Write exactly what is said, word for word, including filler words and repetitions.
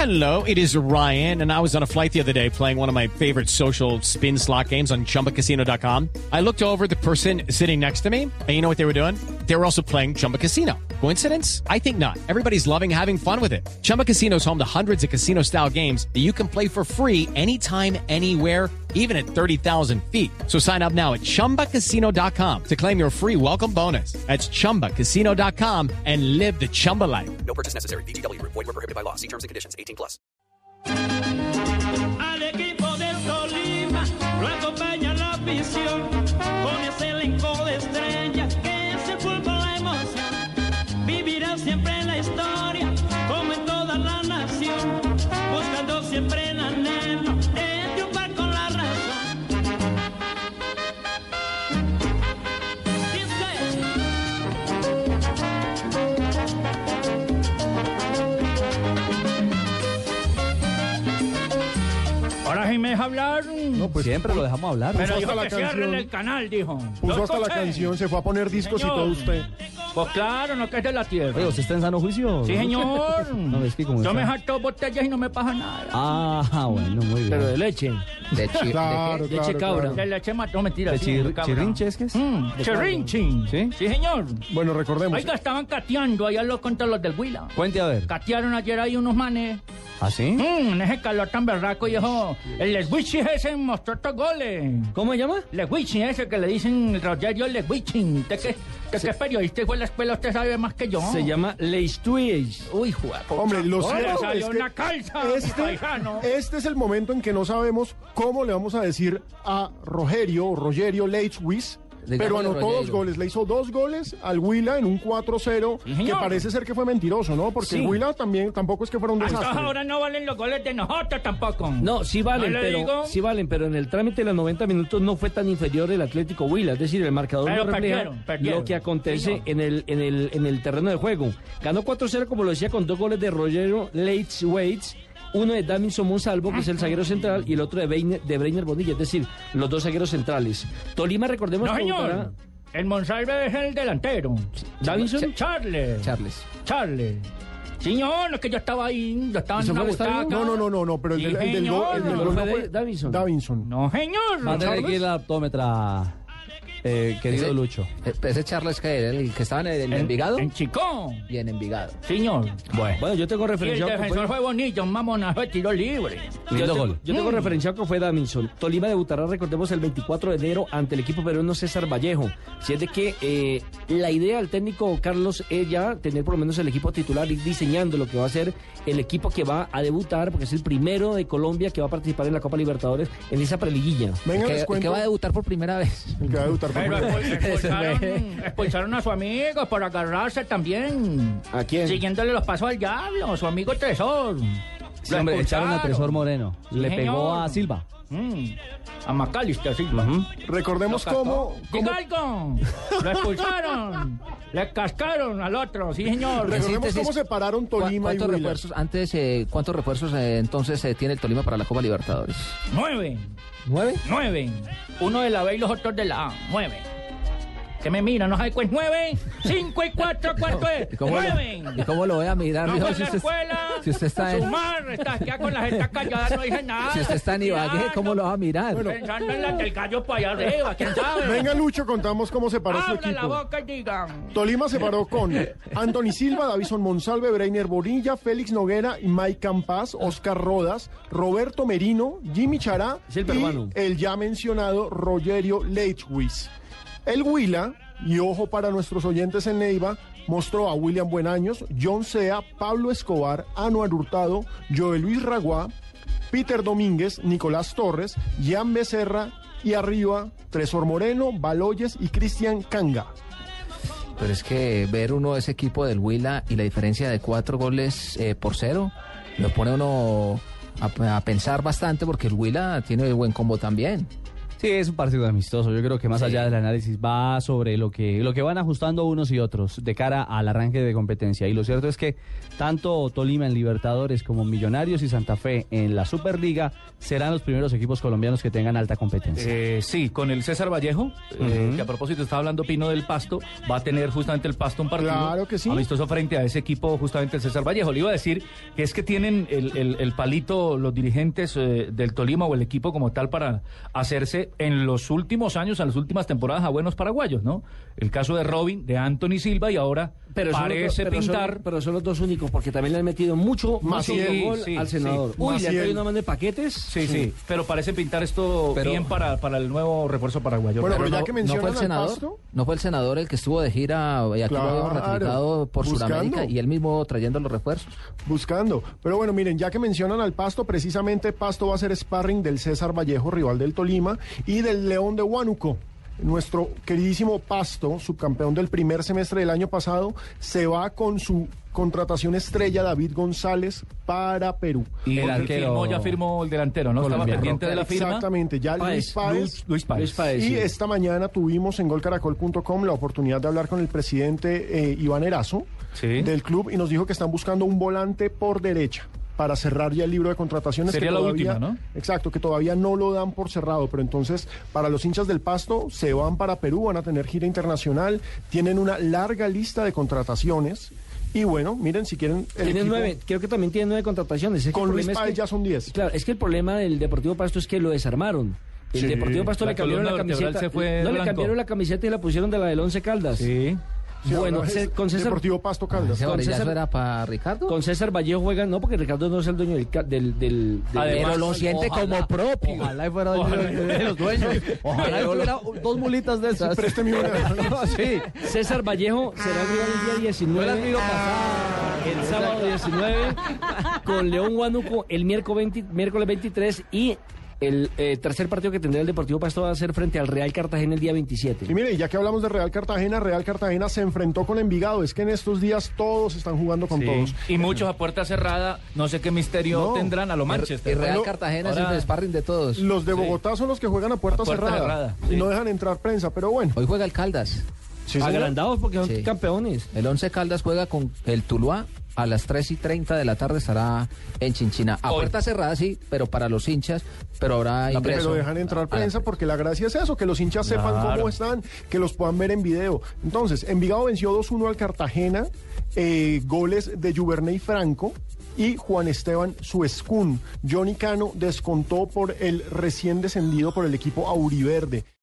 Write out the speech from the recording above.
Hello, it is Ryan, and I was on a flight the other day playing one of my favorite social spin slot games on Chumba Casino dot com. I looked over at the person sitting next to me, and you know what they were doing? They were also playing Chumba Casino. Coincidence? I think not. Everybody's loving having fun with it. Chumba Casino is home to hundreds of casino-style games that you can play for free anytime, anywhere, even at thirty thousand feet. So sign up now at Chumba Casino dot com to claim your free welcome bonus. That's Chumba Casino dot com and live the Chumba life. No purchase necessary. V G W. Void where prohibited by law. See terms and conditions. eighteen plus. Al equipo del Tolima lo acompaña la afición con ese elenco de estrellas que es el fútbol la emoción. Vivirá siempre en la historia como en toda la nación, buscando siempre el anhelo de triunfar con la razón. Ahora sí me deja hablar. No, pues siempre lo dejamos hablar. Pero Puso dijo hasta que la cierren canción, el canal, dijo. puso Yo hasta la escuché. canción, se fue a poner discos Señor. y todo usted. Pues claro, no que es de la tierra. Oye, ¿usted está en sano juicio? Sí, señor. No, es que como Yo está- me jacto botellas y no me pasa nada. Ah, bueno, muy bien. Pero de leche. De chi- Claro, de, claro, leche cabra. claro. De leche mató, mentira. ¿De sí, chir- cabra. chirrinche es que es? Mm, chirrinche. ¿Sí? Sí, señor. Bueno, recordemos. Oiga, estaban cateando allá los contra los del Huila. Cuente a ver. Catearon ayer ahí unos manes. ¿Ah, sí? Mm, en ese calor tan berraco, y eso. El Leswichi ese mostró estos goles. ¿Cómo se llama? Leswichi ese que le dicen Rogerio Leswichi. ¿Usted qué, usted qué periodista fue a la escuela? Usted sabe más que yo. Se llama Leistuis. Uy, juego. Hombre, lo cierto salió es que una calza, mi este, paisano. este es el momento en que no sabemos cómo le vamos a decir a Rogerio o Rogerio Leitwis, pero Digámosle anotó Rogerio. dos goles. Le hizo dos goles al Huila en un cuatro cero, Sí, que señor. parece ser que fue mentiroso, ¿no? Porque Sí. el Huila también tampoco es que fuera un Hasta desastre. ahora no valen los goles de nosotros tampoco. No, sí valen, ¿No le pero digo? sí valen, pero en el trámite de los noventa minutos no fue tan inferior el Atlético Huila, es decir, el marcador Pero no refleja perdieron, perdieron. lo que acontece Señor. en el en el en el terreno de juego. Ganó cuatro cero, como lo decía, con dos goles de Rogerio Leitwis, uno de Davinson Monsalvo, que es el zaguero central, y el otro de Breiner, de Breiner Bonilla, es decir, los dos zagueros centrales. Tolima, recordemos No, que señor. votará- El Monsalve es el delantero. Davinson. Ch- Charles. Charles. Charles. Señor, no es que yo estaba ahí, yo estaba en ¿Eso una fue el estadio? butaca. No, no, no, no, no, pero el, Sí, del, el del señor. gol, el del No, gol no fue fue de Davinson. Davinson. No, señor. Va a tener ¿Charles? que ir la optómetra, eh, querido Ese- Lucho. Eh, Ese Charles que era el que estaba en, en Envigado En Chico. y en Envigado. Señor. Bueno, Bueno, yo tengo Y el referenciado que defensor fue, fue bonito, un mamonazo de tiro libre. yo lindo tengo, gol. yo tengo Mm. referenciado que fue Davinson. Tolima debutará, recordemos, el veinticuatro de enero ante el equipo peruano César Vallejo. Si es de que eh, la idea del técnico Carlos es ya tener por lo menos el equipo titular y diseñando lo que va a ser el equipo que va a debutar, porque es el primero de Colombia que va a participar en la Copa Libertadores en esa preliguilla. Venga, Que, les que cuento. va a debutar por primera vez. El que va a debutar por Pero primera vez. expul- expulsaron, expulsaron a su amigo por agarrarse también. ¿A quién? Siguiéndole los pasos al diablo, su amigo Tresor. Sí, Lo hombre, echaron a expulsaron. Tresor Moreno. Sí, Le señor. pegó a Silva. Mm, a Macalister, sí. Recordemos Lo cascó. cómo, cómo Diga algo. Lo expulsaron. Le cascaron al otro, sí, señor. recordemos síntesis, cómo separaron ¿Cu- Tolima y ¿Cuántos Huila. refuerzos antes? Eh, ¿Cuántos refuerzos eh, entonces eh, tiene el Tolima para la Copa Libertadores? Nueve. ¿Nueve? Nueve. Uno de la B y los otros de la A. Nueve. ¿Qué me mira? ¿No sabe cuál es nueve? Cinco y cuatro, ¿cuánto es? ¿Y cómo, Nueve. lo, ¿Y cómo lo voy a mirar? No mijo, fue en si la usted, escuela. si usted está en, Sumar, estás ya con la jeta callada, no dice nada. si usted está en Ibagué, ¿cómo lo va a mirar? Pensando en la del gallo para allá arriba, ¿quién sabe? Venga, Lucho, contamos cómo separó su Abra la equipo. boca y digan. Tolima se paró con Anthony Silva, Davison Monsalve, Breiner Bonilla, Félix Noguera y Mike Campas, Oscar Rodas, Roberto Merino, Jimmy Chará Es el y peruano. el ya mencionado Rogerio Leitwis. El Huila, y ojo para nuestros oyentes en Neiva, mostró a William Buenaños, John Sea, Pablo Escobar, Anuar Hurtado, Joel Luis Raguá, Peter Domínguez, Nicolás Torres, Jan Becerra y arriba Tresor Moreno, Baloyes y Cristian Canga. Pero es que ver uno ese equipo del Huila y la diferencia de cuatro goles eh, por cero, lo pone uno a, a pensar bastante porque el Huila tiene buen combo también. Sí, es un partido amistoso. Yo creo que más allá del análisis va sobre lo que, lo que van ajustando unos y otros de cara al arranque de competencia. Y lo cierto es que tanto Tolima en Libertadores como Millonarios y Santa Fe en la Superliga serán los primeros equipos colombianos que tengan alta competencia. Eh, sí, con el César Vallejo, eh, que a propósito estaba hablando Pino del Pasto, va a tener justamente el Pasto un partido Claro que sí. amistoso frente a ese equipo, justamente el César Vallejo. Le iba a decir que es que tienen el, el, el palito los dirigentes eh, del Tolima o el equipo como tal para hacerse en los últimos años, en las últimas temporadas a buenos paraguayos, ¿no? El caso de Robin, de Anthony Silva y ahora Pero son parece los, pero pintar... Son, pero son los dos únicos, porque también le han metido mucho, mucho Maciel, gol sí, al sí. senador. Uy, Maciel. le han traído una mano de paquetes. Sí, sí, pero parece pintar esto Pero- bien para, para el nuevo refuerzo paraguayo. Bueno, Pero pero ya no- que ¿No fue mencionan el al senador? Pasto, ¿No fue el senador el que estuvo de gira y aquí lo habíamos Claro, ratificado por buscando. Sudamérica y él mismo trayendo los refuerzos? buscando. Pero bueno, miren, ya que mencionan al Pasto, precisamente Pasto va a ser sparring del César Vallejo, rival del Tolima, y del León de Huánuco. Nuestro queridísimo Pasto, subcampeón del primer semestre del año pasado, se va con su contratación estrella David González para Perú. Y El el arquero firmó, ya firmó el delantero, ¿no? Estaba colombiano. pendiente de la firma. Exactamente, ya Luis Páez, Páez. Luis, Luis Páez. Luis Páez, Y sí. esta mañana tuvimos en gol caracol punto com la oportunidad de hablar con el presidente eh, Iván Erazo Sí. del club y nos dijo que están buscando un volante por derecha para cerrar ya el libro de contrataciones. Sería que la todavía- última, ¿no? Exacto, que todavía no lo dan por cerrado, pero entonces para los hinchas del Pasto se van para Perú, van a tener gira internacional, tienen una larga lista de contrataciones y bueno, miren, si quieren... el Tiene equipo- nueve, creo que también tiene nueve contrataciones. Es que Con el Luis problema es Páez que- ya son diez. Claro, es que el problema del Deportivo Pasto es que lo desarmaron. El Sí. Deportivo Pasto La le cambiaron la columna vertebral camiseta. se fue no, le blanco. cambiaron la camiseta y la pusieron de la del Once Caldas. Sí. Sí, Bueno, ahora ce- es con César, Deportivo Pasto Caldas. ¿Ese Con varillazo César- era para Ricardo? con César Vallejo juegan, no, porque Ricardo no es el dueño del... ca- del, del, del- Además, Pero lo siente como propio. Ojalá y fuera de los dueños. Ojalá y tuviera dos mulitas de esas. Présteme una. Sí. César Vallejo será el rival el día diecinueve. Fue el amigo pasado. El sábado diecinueve con León Huánuco el miércoles, veinte miércoles veintitrés y el eh, tercer partido que tendrá el Deportivo Pasto va a ser frente al Real Cartagena el día veintisiete. Y mire, ya que hablamos de Real Cartagena, Real Cartagena se enfrentó con Envigado. Es que en estos días todos están jugando con Sí. todos. Y muchos a puerta cerrada, no sé qué misterio No. tendrán a lo Manchester. Y Real Bueno, Cartagena ahora- es el sparring de todos. Los de Bogotá son los que juegan a puerta, A puerta cerrada, cerrada, y sí. no dejan entrar prensa, pero bueno. Hoy juega el Caldas. Sí, señor. Agrandados porque son Sí. campeones. El Once Caldas juega con el Tuluá. A las tres y treinta de la tarde estará en Chinchina. A Hoy. puerta cerrada, sí, pero para los hinchas, pero habrá La- ingreso. Pero dejan entrar a la- prensa porque la gracia es eso, que los hinchas sepan Claro. cómo están, que los puedan ver en video. Entonces, Envigado venció dos uno al Cartagena, eh, goles de Juverney Franco y Juan Esteban Suescún. Johnny Cano descontó por el recién descendido por el equipo Auriverde.